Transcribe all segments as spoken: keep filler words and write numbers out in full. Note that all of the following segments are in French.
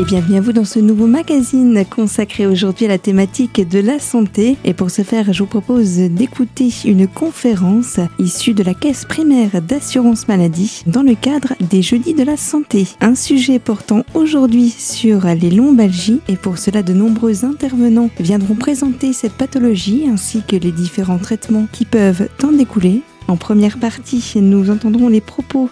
Et bienvenue à vous dans ce nouveau magazine consacré aujourd'hui à la thématique de la santé. Et pour ce faire, je vous propose d'écouter une conférence issue de la Caisse primaire d'assurance maladie dans le cadre des Jeudis de la santé. Un sujet portant aujourd'hui sur les lombalgies et pour cela de nombreux intervenants viendront présenter cette pathologie ainsi que les différents traitements qui peuvent en découler. En première partie, nous entendrons les propos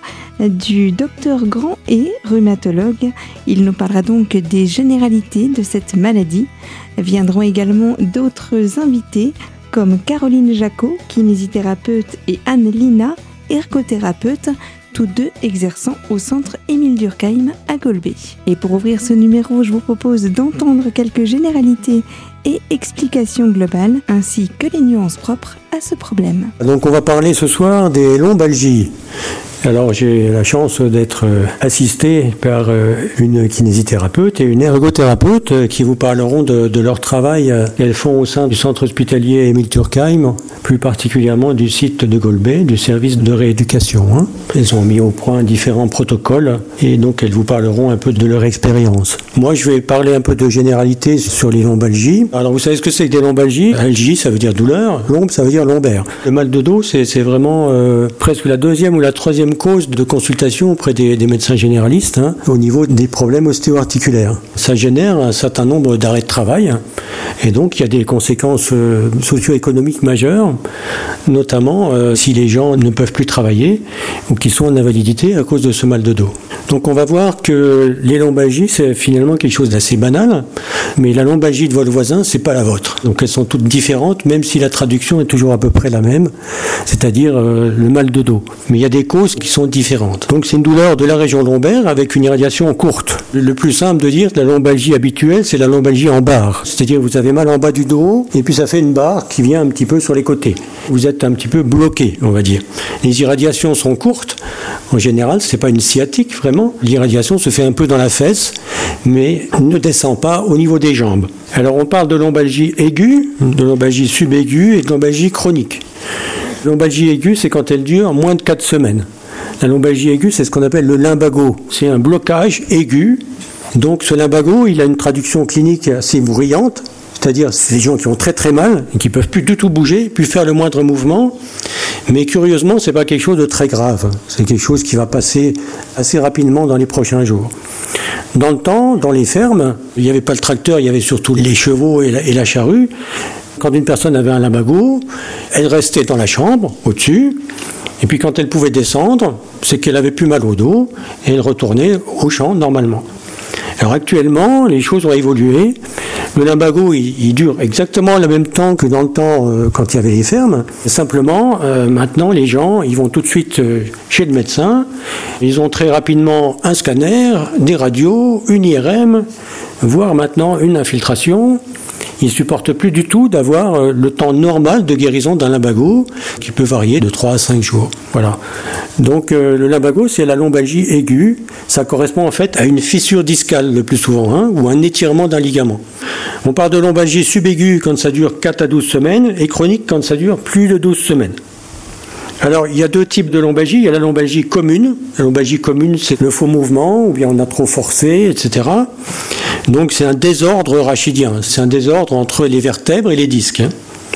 du docteur Grand et rhumatologue. Il nous parlera donc des généralités de cette maladie. Viendront également d'autres invités comme Caroline Jacot, kinésithérapeute, et Anne Lina, ergothérapeute, tous deux exerçant au centre Émile Durkheim à Golbet. Et pour ouvrir ce numéro, je vous propose d'entendre quelques généralités et explications globales, ainsi que les nuances propres à ce problème. Donc on va parler ce soir des lombalgies. Alors j'ai la chance d'être assisté par une kinésithérapeute et une ergothérapeute qui vous parleront de, de leur travail qu'elles font au sein du centre hospitalier Émile Durkheim, plus particulièrement du site de Golbet, du service de rééducation. Hein. Elles ont mis au point différents protocoles et donc elles vous parleront un peu de leur expérience. Moi je vais parler un peu de généralité sur les lombalgies. Alors vous savez ce que c'est que des lombalgies? Algie ça veut dire douleur, lombe ça veut dire lombaire. Le mal de dos c'est, c'est vraiment euh, presque la deuxième ou la troisième cause de consultation auprès des, des médecins généralistes hein, au niveau des problèmes ostéo-articulaires. Ça génère un certain nombre d'arrêts de travail et donc il y a des conséquences euh, socio-économiques majeures, notamment euh, si les gens ne peuvent plus travailler ou qui sont en invalidité à cause de ce mal de dos. Donc on va voir que les lombalgies c'est finalement quelque chose d'assez banal, mais la lombalgie de votre voisin c'est pas la vôtre. Donc elles sont toutes différentes, même si la traduction est toujours à peu près la même, c'est-à-dire euh, le mal de dos. Mais il y a des causes qui sont différentes. Donc c'est une douleur de la région lombaire avec une irradiation courte. Le plus simple de dire que la lombalgie habituelle, c'est la lombalgie en barre. C'est-à-dire que vous avez mal en bas du dos et puis ça fait une barre qui vient un petit peu sur les côtés. Vous êtes un petit peu bloqué, on va dire. Les irradiations sont courtes. En général, c'est pas une sciatique vraiment. L'irradiation se fait un peu dans la fesse, mais ne descend pas au niveau des jambes. Alors on parle de lombalgie aiguë, de lombalgie subaiguë et de lombalgie chronique. Lombalgie aiguë, c'est quand elle dure moins de quatre semaines. La lombalgie aiguë, c'est ce qu'on appelle le lumbago. C'est un blocage aigu. Donc ce lumbago, il a une traduction clinique assez bruyante, c'est-à-dire c'est des gens qui ont très très mal et qui ne peuvent plus du tout bouger, plus faire le moindre mouvement. Mais curieusement, ce n'est pas quelque chose de très grave. C'est quelque chose qui va passer assez rapidement dans les prochains jours. Dans le temps, dans les fermes, il n'y avait pas le tracteur, il y avait surtout les chevaux et la, et la charrue. Quand une personne avait un lumbago, elle restait dans la chambre, au-dessus, et puis quand elle pouvait descendre, c'est qu'elle avait plus mal au dos, et elle retournait au champ normalement. Alors actuellement, les choses ont évolué. Le lumbago, il, il dure exactement le même temps que dans le temps euh, quand il y avait les fermes. Simplement, euh, maintenant, les gens, ils vont tout de suite euh, chez le médecin. Ils ont très rapidement un scanner, des radios, une I R M, voire maintenant une infiltration. Ils ne supportent plus du tout d'avoir le temps normal de guérison d'un lumbago qui peut varier de trois à cinq jours. Voilà. Donc euh, le lumbago, c'est la lombalgie aiguë. Ça correspond en fait à une fissure discale le plus souvent, hein, ou un étirement d'un ligament. On parle de lombalgie subaiguë quand ça dure quatre à douze semaines et chronique quand ça dure plus de douze semaines. Alors, il y a deux types de lombalgie. Il y a la lombalgie commune. La lombalgie commune, c'est le faux mouvement, ou bien on a trop forcé, et cetera. Donc, c'est un désordre rachidien. C'est un désordre entre les vertèbres et les disques. Hein.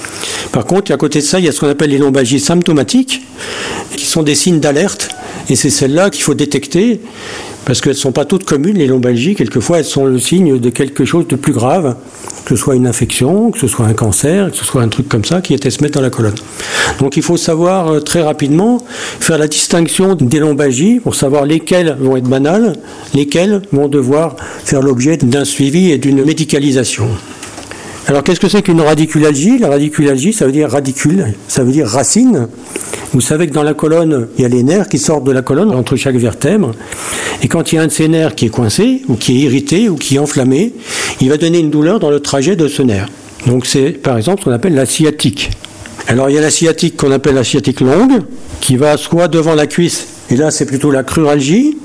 Par contre, à côté de ça, il y a ce qu'on appelle les lombalgies symptomatiques, qui sont des signes d'alerte. Et c'est celles-là qu'il faut détecter, parce qu'elles ne sont pas toutes communes, les lombalgies. Quelquefois, elles sont le signe de quelque chose de plus grave, que ce soit une infection, que ce soit un cancer, que ce soit un truc comme ça qui était se mettre dans la colonne. Donc il faut savoir euh, très rapidement faire la distinction des lombalgies pour savoir lesquelles vont être banales, lesquelles vont devoir faire l'objet d'un suivi et d'une médicalisation. Alors qu'est-ce que c'est qu'une radiculalgie? La radiculalgie, ça veut dire radicule, ça veut dire racine. Vous savez que dans la colonne, il y a les nerfs qui sortent de la colonne entre chaque vertèbre. Et quand il y a un de ces nerfs qui est coincé, ou qui est irrité, ou qui est enflammé, il va donner une douleur dans le trajet de ce nerf. Donc c'est par exemple ce qu'on appelle la sciatique. Alors il y a la sciatique qu'on appelle la sciatique longue, qui va soit devant la cuisse, et là c'est plutôt la cruralgie,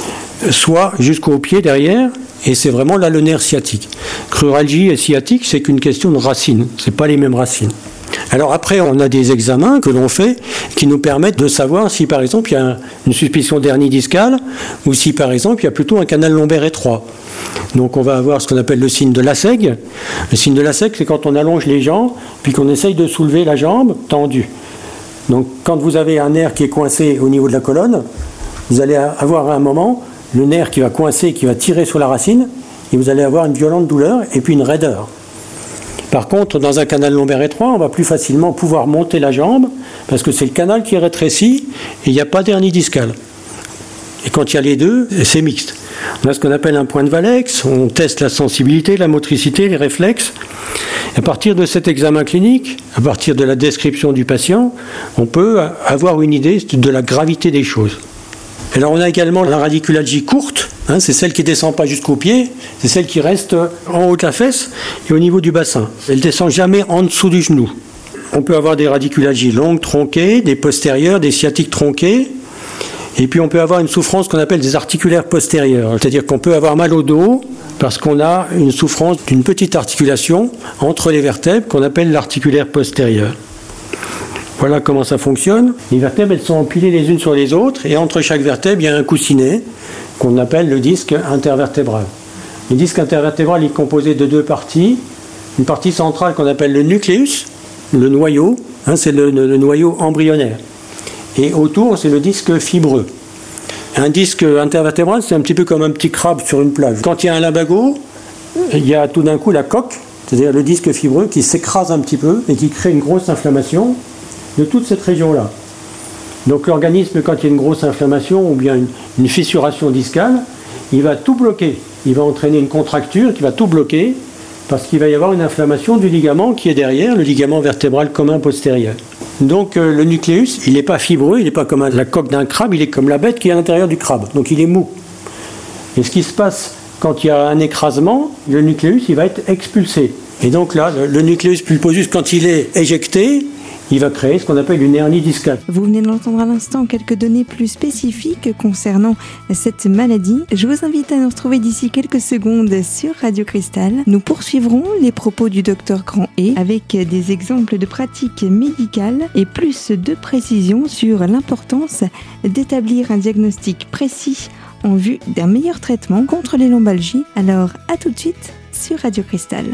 soit jusqu'au pied derrière, et c'est vraiment là le nerf sciatique. Cruralgie et sciatique, c'est qu'une question de racines, c'est pas les mêmes racines. Alors après, on a des examens que l'on fait qui nous permettent de savoir si par exemple il y a une suspicion d'hernie discale ou si par exemple il y a plutôt un canal lombaire étroit. Donc on va avoir ce qu'on appelle le signe de Laseg. Le signe de Laseg, c'est quand on allonge les jambes, puis qu'on essaye de soulever la jambe tendue. Donc quand vous avez un nerf qui est coincé au niveau de la colonne, vous allez avoir à un moment le nerf qui va coincer, qui va tirer sur la racine, et vous allez avoir une violente douleur et puis une raideur. Par contre, dans un canal lombaire étroit, on va plus facilement pouvoir monter la jambe, parce que c'est le canal qui est rétréci, et il n'y a pas d'hernie discale. Et quand il y a les deux, c'est mixte. On a ce qu'on appelle un point de Valex, on teste la sensibilité, la motricité, les réflexes. À partir de cet examen clinique, à partir de la description du patient, on peut avoir une idée de la gravité des choses. Alors on a également la radiculalgie courte, hein, c'est celle qui ne descend pas jusqu'au pied, c'est celle qui reste en haut de la fesse et au niveau du bassin. Elle ne descend jamais en dessous du genou. On peut avoir des radiculalgies longues, tronquées, des postérieures, des sciatiques tronquées. Et puis on peut avoir une souffrance qu'on appelle des articulaires postérieures, c'est-à-dire qu'on peut avoir mal au dos parce qu'on a une souffrance d'une petite articulation entre les vertèbres qu'on appelle l'articulaire postérieur. Voilà comment ça fonctionne. Les vertèbres, elles sont empilées les unes sur les autres et entre chaque vertèbre, il y a un coussinet qu'on appelle le disque intervertébral. Le disque intervertébral est composé de deux parties. Une partie centrale qu'on appelle le nucléus, le noyau, hein, c'est le, le, le noyau embryonnaire. Et autour, c'est le disque fibreux. Un disque intervertébral, c'est un petit peu comme un petit crabe sur une plage. Quand il y a un lumbago, il y a tout d'un coup la coque, c'est-à-dire le disque fibreux qui s'écrase un petit peu et qui crée une grosse inflammation de toute cette région-là. Donc l'organisme, quand il y a une grosse inflammation ou bien une, une fissuration discale, il va tout bloquer. Il va entraîner une contracture qui va tout bloquer parce qu'il va y avoir une inflammation du ligament qui est derrière, le ligament vertébral commun postérieur. Donc euh, le nucléus, il n'est pas fibreux, il n'est pas comme un, la coque d'un crabe, il est comme la bête qui est à l'intérieur du crabe. Donc il est mou. Et ce qui se passe quand il y a un écrasement, le nucléus, il va être expulsé. Et donc là, le, le nucléus pulposus, quand il est éjecté, il va créer ce qu'on appelle une hernie discale. Vous venez de l'entendre à l'instant, quelques données plus spécifiques concernant cette maladie. Je vous invite à nous retrouver d'ici quelques secondes sur Radio Cristal. Nous poursuivrons les propos du docteur Grand-E avec des exemples de pratiques médicales et plus de précision sur l'importance d'établir un diagnostic précis en vue d'un meilleur traitement contre les lombalgies. Alors, à tout de suite sur Radio Cristal.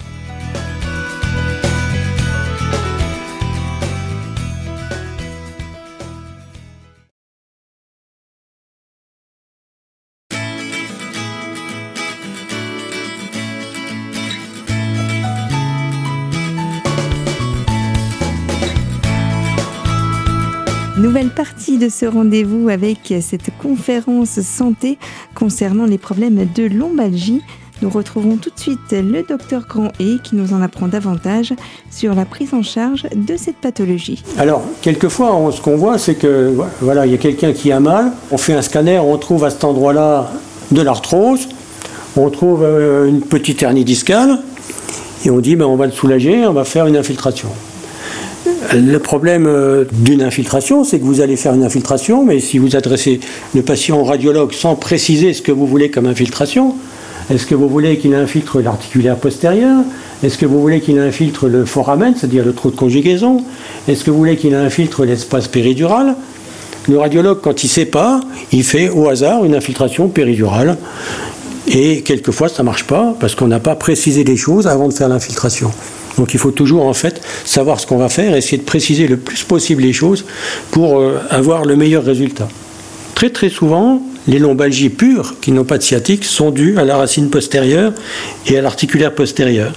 Nouvelle partie de ce rendez-vous avec cette conférence santé concernant les problèmes de lombalgie. Nous retrouvons tout de suite le docteur Grand-E qui nous en apprend davantage sur la prise en charge de cette pathologie. Alors, quelquefois, on, ce qu'on voit, c'est que voilà, il y a quelqu'un qui a mal, on fait un scanner, on trouve à cet endroit-là de l'arthrose, on trouve euh, une petite hernie discale, et on dit ben, on va le soulager, on va faire une infiltration. Le problème d'une infiltration, c'est que vous allez faire une infiltration, mais si vous adressez le patient au radiologue sans préciser ce que vous voulez comme infiltration, est-ce que vous voulez qu'il infiltre l'articulaire postérieur? Est-ce que vous voulez qu'il infiltre le foramen, c'est-à-dire le trou de conjugaison? Est-ce que vous voulez qu'il infiltre l'espace péridural? Le radiologue, quand il ne sait pas, il fait au hasard une infiltration péridurale. Et quelquefois, ça ne marche pas parce qu'on n'a pas précisé les choses avant de faire l'infiltration. Donc il faut toujours en fait savoir ce qu'on va faire et essayer de préciser le plus possible les choses pour euh, avoir le meilleur résultat. Très très souvent, les lombalgies pures qui n'ont pas de sciatique sont dues à la racine postérieure et à l'articulaire postérieur.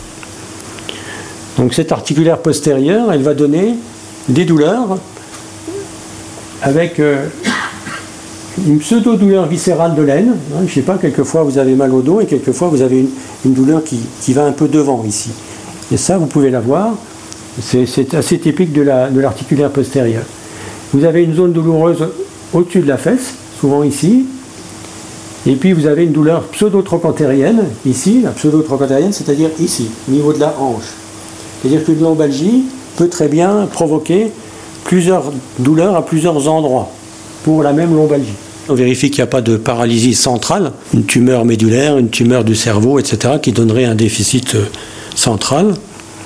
Donc cette articulaire postérieure, elle va donner des douleurs avec euh, une pseudo-douleur viscérale de l'aine. Hein, je ne sais pas, quelquefois vous avez mal au dos et quelquefois vous avez une, une douleur qui, qui va un peu devant ici. Et ça, vous pouvez la voir, c'est, c'est assez typique de, la, de l'articulaire postérieur. Vous avez une zone douloureuse au-dessus de la fesse, souvent ici, et puis vous avez une douleur pseudo-trochantérienne, ici, la pseudo-trochantérienne, c'est-à-dire ici, au niveau de la hanche. C'est-à-dire qu'une lombalgie peut très bien provoquer plusieurs douleurs à plusieurs endroits pour la même lombalgie. On vérifie qu'il n'y a pas de paralysie centrale, une tumeur médulaire, une tumeur du cerveau, et cetera, qui donnerait un déficit central.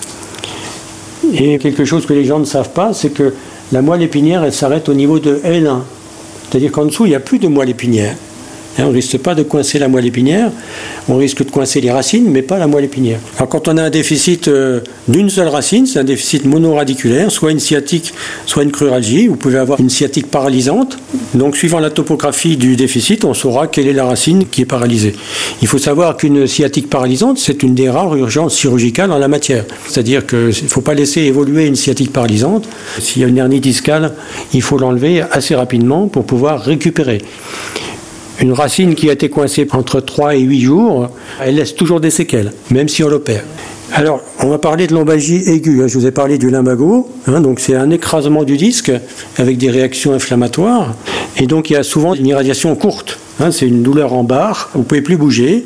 Et quelque chose que les gens ne savent pas, c'est que la moelle épinière, elle s'arrête au niveau de L un. C'est-à-dire qu'en dessous, il n'y a plus de moelle épinière. Hein, on ne risque pas de coincer la moelle épinière, on risque de coincer les racines, mais pas la moelle épinière. Alors quand on a un déficit euh, d'une seule racine, c'est un déficit monoradiculaire, soit une sciatique, soit une cruralgie. Vous pouvez avoir une sciatique paralysante. Donc suivant la topographie du déficit, on saura quelle est la racine qui est paralysée. Il faut savoir qu'une sciatique paralysante, c'est une des rares urgences chirurgicales en la matière. C'est-à-dire qu'il ne faut pas laisser évoluer une sciatique paralysante. S'il y a une hernie discale, il faut l'enlever assez rapidement pour pouvoir récupérer. Une racine qui a été coincée entre trois et huit jours, elle laisse toujours des séquelles, même si on l'opère. Alors, on va parler de lombalgie aiguë. Je vous ai parlé du lumbago. Hein, donc, c'est un écrasement du disque avec des réactions inflammatoires. Et donc, il y a souvent une irradiation courte. Hein, c'est une douleur en barre. Vous ne pouvez plus bouger.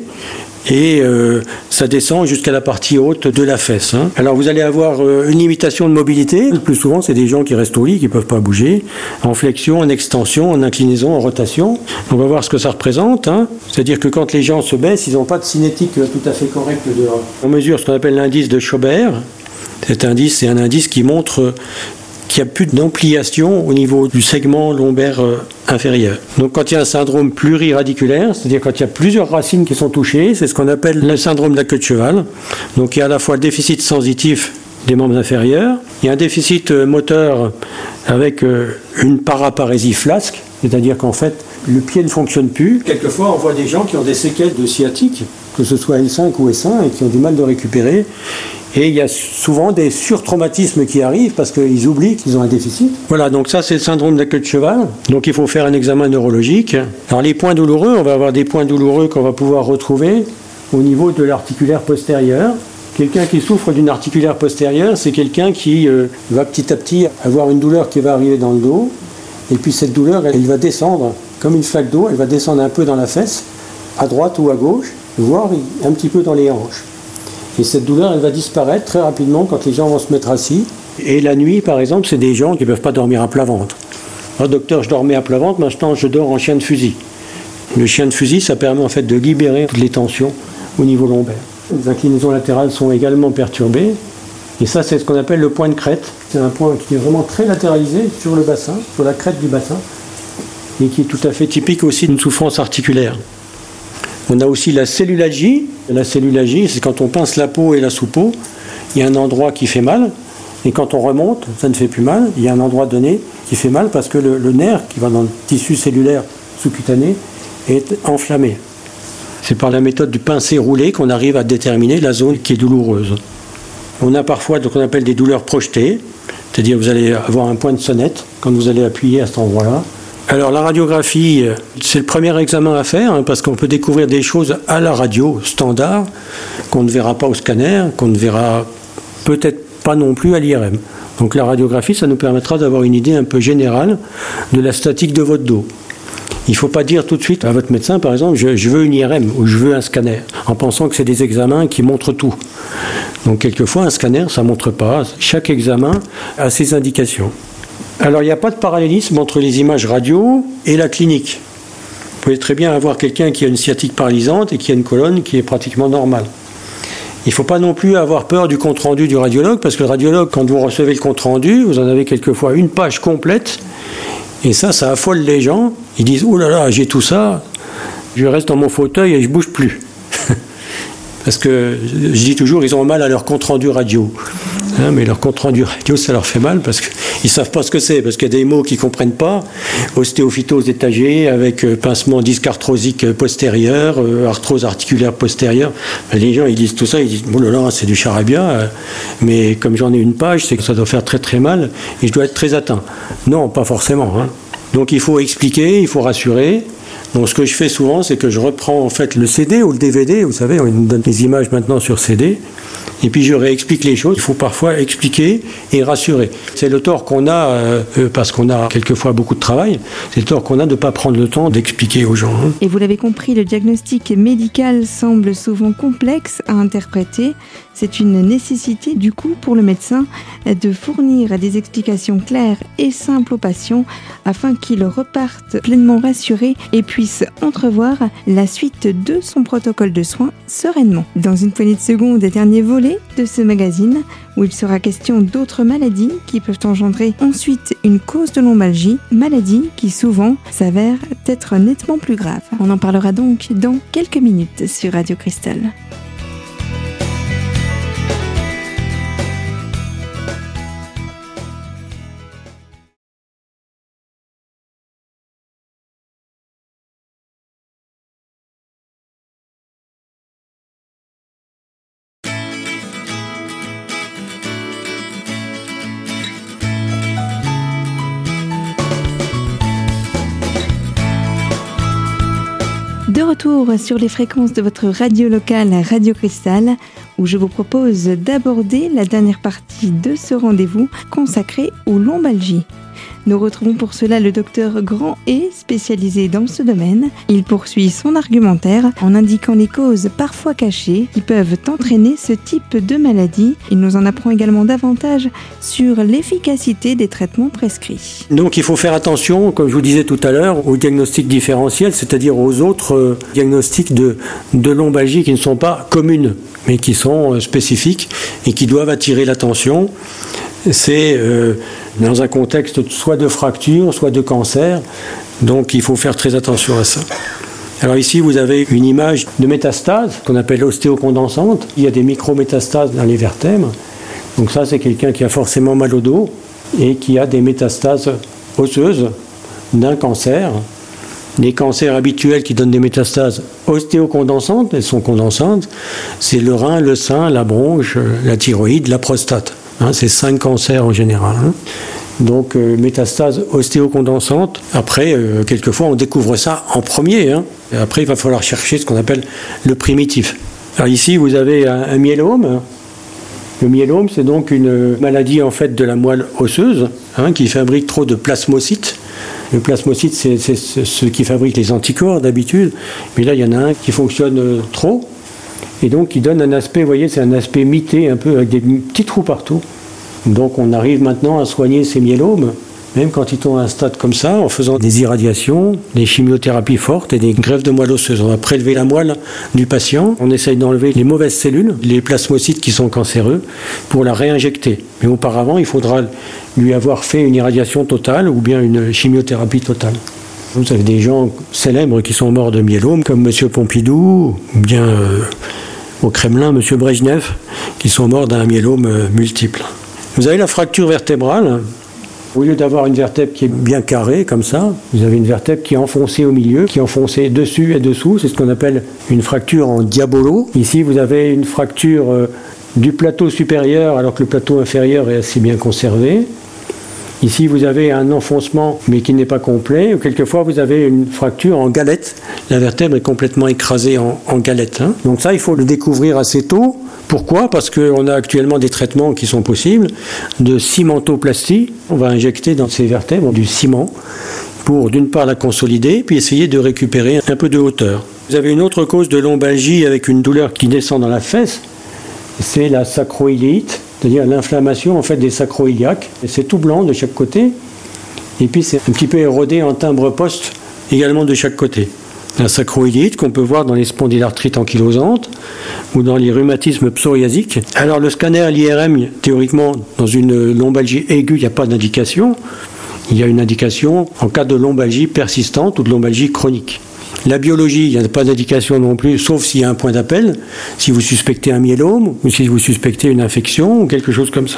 Et euh, ça descend jusqu'à la partie haute de la fesse. Hein. Alors vous allez avoir euh, une limitation de mobilité. Le plus souvent, c'est des gens qui restent au lit, qui ne peuvent pas bouger, en flexion, en extension, en inclinaison, en rotation. On va voir ce que ça représente. Hein. C'est-à-dire que quand les gens se baissent, ils n'ont pas de cinétique tout à fait correcte dehors. On mesure ce qu'on appelle l'indice de Schobert. Cet indice, c'est un indice qui montre qu'il n'y a plus d'ampliation au niveau du segment lombaire euh, inférieur. Donc quand il y a un syndrome pluriradiculaire, c'est-à-dire quand il y a plusieurs racines qui sont touchées, c'est ce qu'on appelle le syndrome de la queue de cheval. Donc il y a à la fois le déficit sensitif des membres inférieurs, il y a un déficit euh, moteur avec euh, une paraparésie flasque, c'est-à-dire qu'en fait le pied ne fonctionne plus. Quelquefois on voit des gens qui ont des séquelles de sciatique, que ce soit L cinq ou S un, et qui ont du mal de récupérer. Et il y a souvent des surtraumatismes qui arrivent parce qu'ils oublient qu'ils ont un déficit. Voilà, donc ça c'est le syndrome de la queue de cheval. Donc il faut faire un examen neurologique. Alors les points douloureux, on va avoir des points douloureux qu'on va pouvoir retrouver au niveau de l'articulaire postérieur. Quelqu'un qui souffre d'une articulaire postérieure, c'est quelqu'un qui euh, va petit à petit avoir une douleur qui va arriver dans le dos. Et puis cette douleur, elle, elle va descendre comme une flaque d'eau, elle va descendre un peu dans la fesse, à droite ou à gauche, voire un petit peu dans les hanches. Et cette douleur, elle va disparaître très rapidement quand les gens vont se mettre assis. Et la nuit, par exemple, c'est des gens qui ne peuvent pas dormir à plat ventre. Alors, docteur, je dormais à plat ventre, maintenant je dors en chien de fusil. Le chien de fusil, ça permet en fait de libérer toutes les tensions au niveau lombaire. Les inclinaisons latérales sont également perturbées. Et ça, c'est ce qu'on appelle le point de crête. C'est un point qui est vraiment très latéralisé sur le bassin, sur la crête du bassin, et qui est tout à fait typique aussi d'une souffrance articulaire. On a aussi la cellulalgie. La cellulalgie, c'est quand on pince la peau et la sous-peau, il y a un endroit qui fait mal, et quand on remonte, ça ne fait plus mal. Il y a un endroit donné qui fait mal parce que le, le nerf qui va dans le tissu cellulaire sous-cutané est enflammé. C'est par la méthode du pincé roulé qu'on arrive à déterminer la zone qui est douloureuse. On a parfois ce qu'on appelle des douleurs projetées, c'est-à-dire vous allez avoir un point de sonnette quand vous allez appuyer à cet endroit-là. Alors la radiographie, c'est le premier examen à faire hein, parce qu'on peut découvrir des choses à la radio standard qu'on ne verra pas au scanner, qu'on ne verra peut-être pas non plus à l'I R M. Donc la radiographie, ça nous permettra d'avoir une idée un peu générale de la statique de votre dos. Il ne faut pas dire tout de suite à votre médecin, par exemple, je, je veux une I R M ou je veux un scanner, en pensant que c'est des examens qui montrent tout. Donc quelquefois, un scanner, ça ne montre pas. Chaque examen a ses indications. Alors, il n'y a pas de parallélisme entre les images radio et la clinique. Vous pouvez très bien avoir quelqu'un qui a une sciatique paralysante et qui a une colonne qui est pratiquement normale. Il ne faut pas non plus avoir peur du compte-rendu du radiologue, parce que le radiologue, quand vous recevez le compte-rendu, vous en avez quelquefois une page complète, et ça, ça affole les gens. Ils disent « Oh là là, j'ai tout ça, je reste dans mon fauteuil et je ne bouge plus. » Parce que, je dis toujours, ils ont mal à leur compte-rendu radio. Hein, mais leur compte-rendu radio, ça leur fait mal parce qu'ils ne savent pas ce que c'est, parce qu'il y a des mots qu'ils ne comprennent pas. Ostéophytose étagée avec euh, pincement disque arthrosique postérieur, euh, arthrose articulaire postérieure. Ben, les gens, ils disent tout ça, ils disent « Oh là là, c'est du charabia. Euh, » Mais comme j'en ai une page, c'est que ça doit faire très très mal et je dois être très atteint. Non, pas forcément. Hein. Donc il faut expliquer, il faut rassurer. Donc ce que je fais souvent, c'est que je reprends en fait le C D ou le D V D, vous savez, on nous donne des images maintenant sur C D, et puis je réexplique les choses. Il faut parfois expliquer et rassurer. C'est le tort qu'on a, euh, parce qu'on a quelquefois beaucoup de travail, c'est le tort qu'on a de ne pas prendre le temps d'expliquer aux gens. Hein. Et vous l'avez compris, le diagnostic médical semble souvent complexe à interpréter, C'est une nécessité du coup pour le médecin de fournir des explications claires et simples aux patients afin qu'ils repartent pleinement rassurés et puissent entrevoir la suite de son protocole de soins sereinement. Dans une poignée de secondes, dernier volet de ce magazine où il sera question d'autres maladies qui peuvent engendrer ensuite une cause de lombalgie, maladie qui souvent s'avère être nettement plus grave. On en parlera donc dans quelques minutes sur Radio Cristal. De retour sur les fréquences de votre radio locale Radio Cristal, où je vous propose d'aborder la dernière partie de ce rendez-vous consacré aux lombalgies. Nous retrouvons pour cela le docteur Grand et spécialisé dans ce domaine. Il poursuit son argumentaire en indiquant les causes parfois cachées qui peuvent entraîner ce type de maladie. Il nous en apprend également davantage sur l'efficacité des traitements prescrits. Donc il faut faire attention, comme je vous disais tout à l'heure, aux diagnostics différentiels, c'est-à-dire aux autres euh, diagnostics de, de lombalgie qui ne sont pas communes, mais qui sont euh, spécifiques et qui doivent attirer l'attention. C'est euh, dans un contexte soit de fracture, soit de cancer. Donc il faut faire très attention à ça. Alors ici, vous avez une image de métastase qu'on appelle ostéocondensante. Il y a des micro-métastases dans les vertèbres. Donc ça, c'est quelqu'un qui a forcément mal au dos et qui a des métastases osseuses d'un cancer. Les cancers habituels qui donnent des métastases ostéocondensantes, elles sont condensantes, c'est le rein, le sein, la bronche, la thyroïde, la prostate. Hein, c'est cinq cancers en général. Hein. Donc euh, métastase ostéocondensante. Après, euh, quelquefois, on découvre ça en premier. Hein. Et après, il va falloir chercher ce qu'on appelle le primitif. Alors ici, vous avez un, un myélome. Le myélome, c'est donc une maladie en fait de la moelle osseuse hein, qui fabrique trop de plasmocytes. Le plasmocyte, c'est, c'est ce qui fabrique les anticorps d'habitude. Mais là, il y en a un qui fonctionne euh, trop. Et donc, il donne un aspect, vous voyez, c'est un aspect mité, un peu avec des petits trous partout. Donc, on arrive maintenant à soigner ces myélomes, même quand ils sont à un stade comme ça, en faisant des irradiations, des chimiothérapies fortes et des greffes de moelle osseuse. On va prélever la moelle du patient, on essaye d'enlever les mauvaises cellules, les plasmocytes qui sont cancéreux, pour la réinjecter. Mais auparavant, il faudra lui avoir fait une irradiation totale ou bien une chimiothérapie totale. Vous avez des gens célèbres qui sont morts de myélome, comme M. Pompidou, ou bien euh, au Kremlin, M. Brejnev, qui sont morts d'un myélome euh, multiple. Vous avez la fracture vertébrale. Au lieu d'avoir une vertèbre qui est bien carrée, comme ça, vous avez une vertèbre qui est enfoncée au milieu, qui est enfoncée dessus et dessous. C'est ce qu'on appelle une fracture en diabolo. Ici, vous avez une fracture euh, du plateau supérieur, alors que le plateau inférieur est assez bien conservé. Ici, vous avez un enfoncement, mais qui n'est pas complet. Quelquefois, vous avez une fracture en galette. La vertèbre est complètement écrasée en, en galette. Hein. Donc ça, il faut le découvrir assez tôt. Pourquoi ? Parce qu'on a actuellement des traitements qui sont possibles de cimentoplastie. On va injecter dans ces vertèbres du ciment pour, d'une part, la consolider, puis essayer de récupérer un peu de hauteur. Vous avez une autre cause de lombalgie avec une douleur qui descend dans la fesse. C'est la sacroiliite. C'est-à-dire l'inflammation en fait des sacro-iliaques. C'est tout blanc de chaque côté, et puis c'est un petit peu érodé en timbre poste également de chaque côté. La sacroiliite qu'on peut voir dans les spondylarthrites ankylosantes ou dans les rhumatismes psoriasiques. Alors le scanner, l'I R M, théoriquement, dans une lombalgie aiguë, il n'y a pas d'indication. Il y a une indication en cas de lombalgie persistante ou de lombalgie chronique. La biologie, il n'y a pas d'indication non plus, sauf s'il y a un point d'appel, si vous suspectez un myélome, ou si vous suspectez une infection, ou quelque chose comme ça.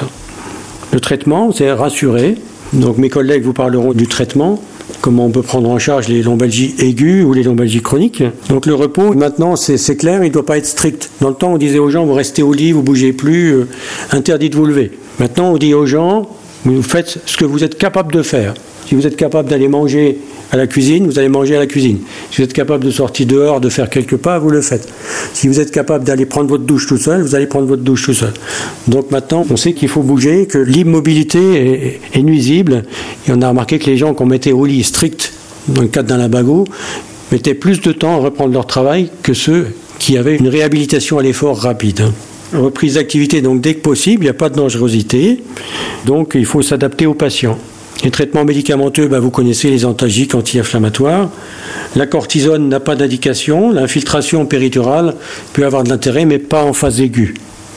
Le traitement, c'est rassurer. Donc mes collègues vous parleront du traitement, comment on peut prendre en charge les lombalgies aiguës ou les lombalgies chroniques. Donc le repos, maintenant, c'est, c'est clair, il ne doit pas être strict. Dans le temps, on disait aux gens, vous restez au lit, vous ne bougez plus, euh, interdit de vous lever. Maintenant, on dit aux gens, vous faites ce que vous êtes capable de faire. Si vous êtes capable d'aller manger à la cuisine, vous allez manger à la cuisine. Si vous êtes capable de sortir dehors, de faire quelques pas, vous le faites. Si vous êtes capable d'aller prendre votre douche tout seul, vous allez prendre votre douche tout seul. Donc maintenant, on sait qu'il faut bouger, que l'immobilité est, est nuisible. Et on a remarqué que les gens qu'on mettait au lit strict, dans le cadre d'un limbago, mettaient plus de temps à reprendre leur travail que ceux qui avaient une réhabilitation à l'effort rapide. Reprise d'activité donc dès que possible, il n'y a pas de dangerosité. Donc il faut s'adapter aux patients. Les traitements médicamenteux, ben, vous connaissez les antalgiques anti-inflammatoires. La cortisone n'a pas d'indication. L'infiltration péridurale peut avoir de l'intérêt, mais pas en phase aiguë.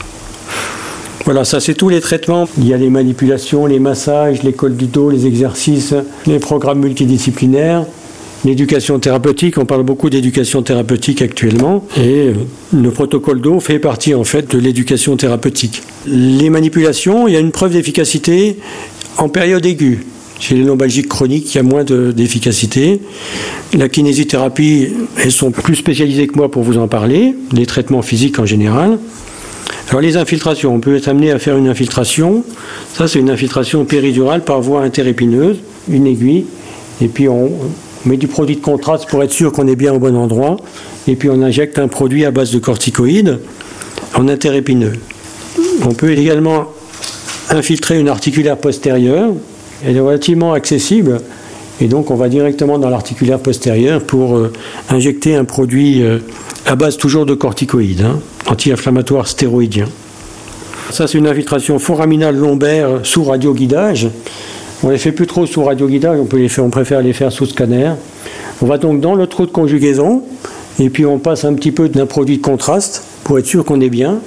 Voilà, ça c'est tous les traitements. Il y a les manipulations, les massages, les cols du dos, les exercices, les programmes multidisciplinaires. L'éducation thérapeutique, on parle beaucoup d'éducation thérapeutique actuellement, et le protocole d'eau fait partie en fait de l'éducation thérapeutique. Les manipulations, il y a une preuve d'efficacité en période aiguë. Chez les lombalgiques chroniques, il y a moins de, d'efficacité. La kinésithérapie, elles sont plus spécialisées que moi pour vous en parler, les traitements physiques en général. Alors les infiltrations, on peut être amené à faire une infiltration. Ça, c'est une infiltration péridurale par voie interépineuse, une aiguille, et puis on On met du produit de contraste pour être sûr qu'on est bien au bon endroit. Et puis on injecte un produit à base de corticoïdes en interépineux. On peut également infiltrer une articulaire postérieure. Elle est relativement accessible. Et donc on va directement dans l'articulaire postérieure pour euh, injecter un produit euh, à base toujours de corticoïdes, hein, anti-inflammatoire stéroïdien. Ça, c'est une infiltration foraminale lombaire sous radioguidage. On ne les fait plus trop sous radioguidage, on, peut les faire, on préfère les faire sous scanner. On va donc dans le trou de conjugaison, et puis on passe un petit peu d'un produit de contraste pour être sûr qu'on est bien,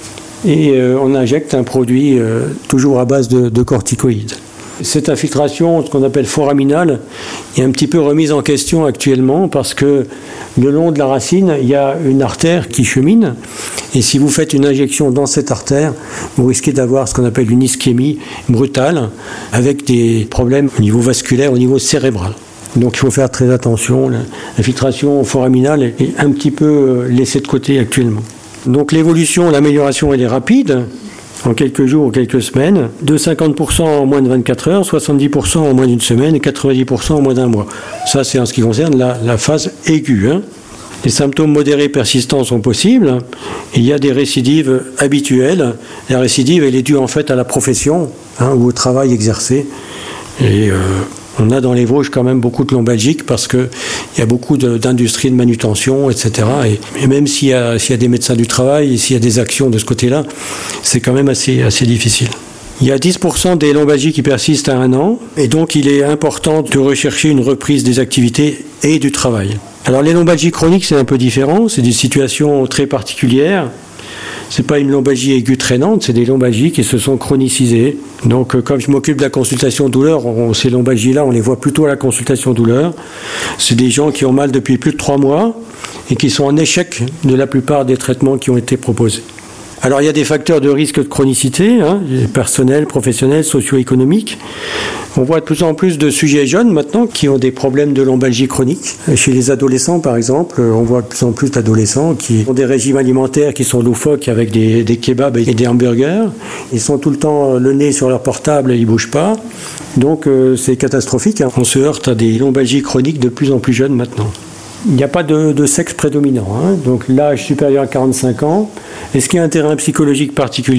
et euh, on injecte un produit euh, toujours à base de, de corticoïdes. Cette infiltration, ce qu'on appelle foraminale, est un petit peu remise en question actuellement parce que le long de la racine, il y a une artère qui chemine. Et si vous faites une injection dans cette artère, vous risquez d'avoir ce qu'on appelle une ischémie brutale avec des problèmes au niveau vasculaire, au niveau cérébral. Donc il faut faire très attention. L'infiltration foraminale est un petit peu laissée de côté actuellement. Donc l'évolution, l'amélioration, elle est rapide. En quelques jours ou quelques semaines, de cinquante pour cent en moins de vingt-quatre heures, soixante-dix pour cent en moins d'une semaine et quatre-vingt-dix pour cent en moins d'un mois. Ça, c'est en ce qui concerne la, la phase aiguë. Hein. Les symptômes modérés persistants sont possibles. Il y a des récidives habituelles. La récidive, elle est due en fait à la profession hein, ou au travail exercé. Et euh, on a dans les Vosges quand même beaucoup de lombalgiques parce qu'il y a beaucoup de, d'industries de manutention, et cetera. Et, et même s'il y, a, s'il y a des médecins du travail et s'il y a des actions de ce côté-là, c'est quand même assez, assez difficile. Il y a dix pour cent des lombalgies qui persistent à un an, et donc il est important de rechercher une reprise des activités et du travail. Alors les lombalgies chroniques, c'est un peu différent, c'est des situations très particulières. C'est pas une lombalgie aiguë traînante, c'est des lombalgies qui se sont chronicisées. Donc, comme je m'occupe de la consultation douleur, on, ces lombalgies-là, on les voit plutôt à la consultation douleur. C'est des gens qui ont mal depuis plus de trois mois et qui sont en échec de la plupart des traitements qui ont été proposés. Alors, il y a des facteurs de risque de chronicité, hein, personnels, professionnels, socio-économiques. On voit de plus en plus de sujets jeunes maintenant qui ont des problèmes de lombalgie chronique. Chez les adolescents, par exemple, on voit de plus en plus d'adolescents qui ont des régimes alimentaires qui sont loufoques avec des, des kebabs et des hamburgers. Ils sont tout le temps le nez sur leur portable et ils ne bougent pas. Donc, euh, c'est catastrophique. Hein. On se heurte à des lombalgies chroniques de plus en plus jeunes maintenant. Il n'y a pas de, de sexe prédominant, hein. Donc l'âge supérieur à quarante-cinq ans. Est-ce qu'il y a un terrain psychologique particulier ?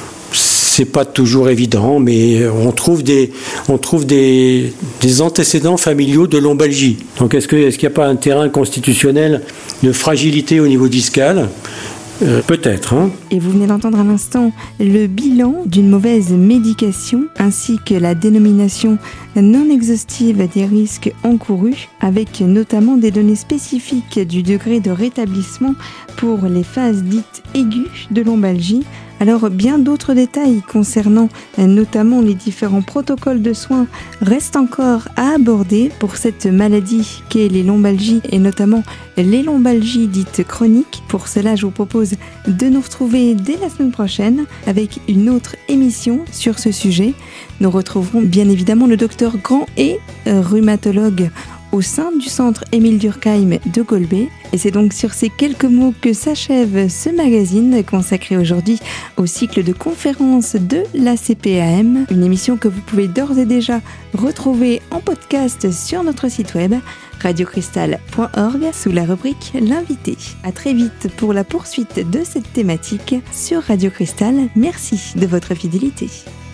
C'est pas toujours évident, mais on trouve des, on trouve des, des antécédents familiaux de lombalgie. Donc est-ce que, est-ce qu'il n'y a pas un terrain constitutionnel de fragilité au niveau discal ? Euh, peut-être. Hein. Et vous venez d'entendre à l'instant le bilan d'une mauvaise médication ainsi que la dénomination non exhaustive des risques encourus, avec notamment des données spécifiques du degré de rétablissement pour les phases dites aiguës de lombalgie. Alors, bien d'autres détails concernant notamment les différents protocoles de soins restent encore à aborder pour cette maladie qu'est les lombalgies et notamment les lombalgies dites chroniques. Pour cela, je vous propose de nous retrouver dès la semaine prochaine avec une autre émission sur ce sujet. Nous retrouverons bien évidemment le docteur Grand et rhumatologue au sein du centre Émile Durkheim de Golbet. Et c'est donc sur ces quelques mots que s'achève ce magazine consacré aujourd'hui au cycle de conférences de l'A C P A M, une émission que vous pouvez d'ores et déjà retrouver en podcast sur notre site web radio cristal point org sous la rubrique L'invité. À très vite pour la poursuite de cette thématique sur Radio Cristal. Merci de votre fidélité.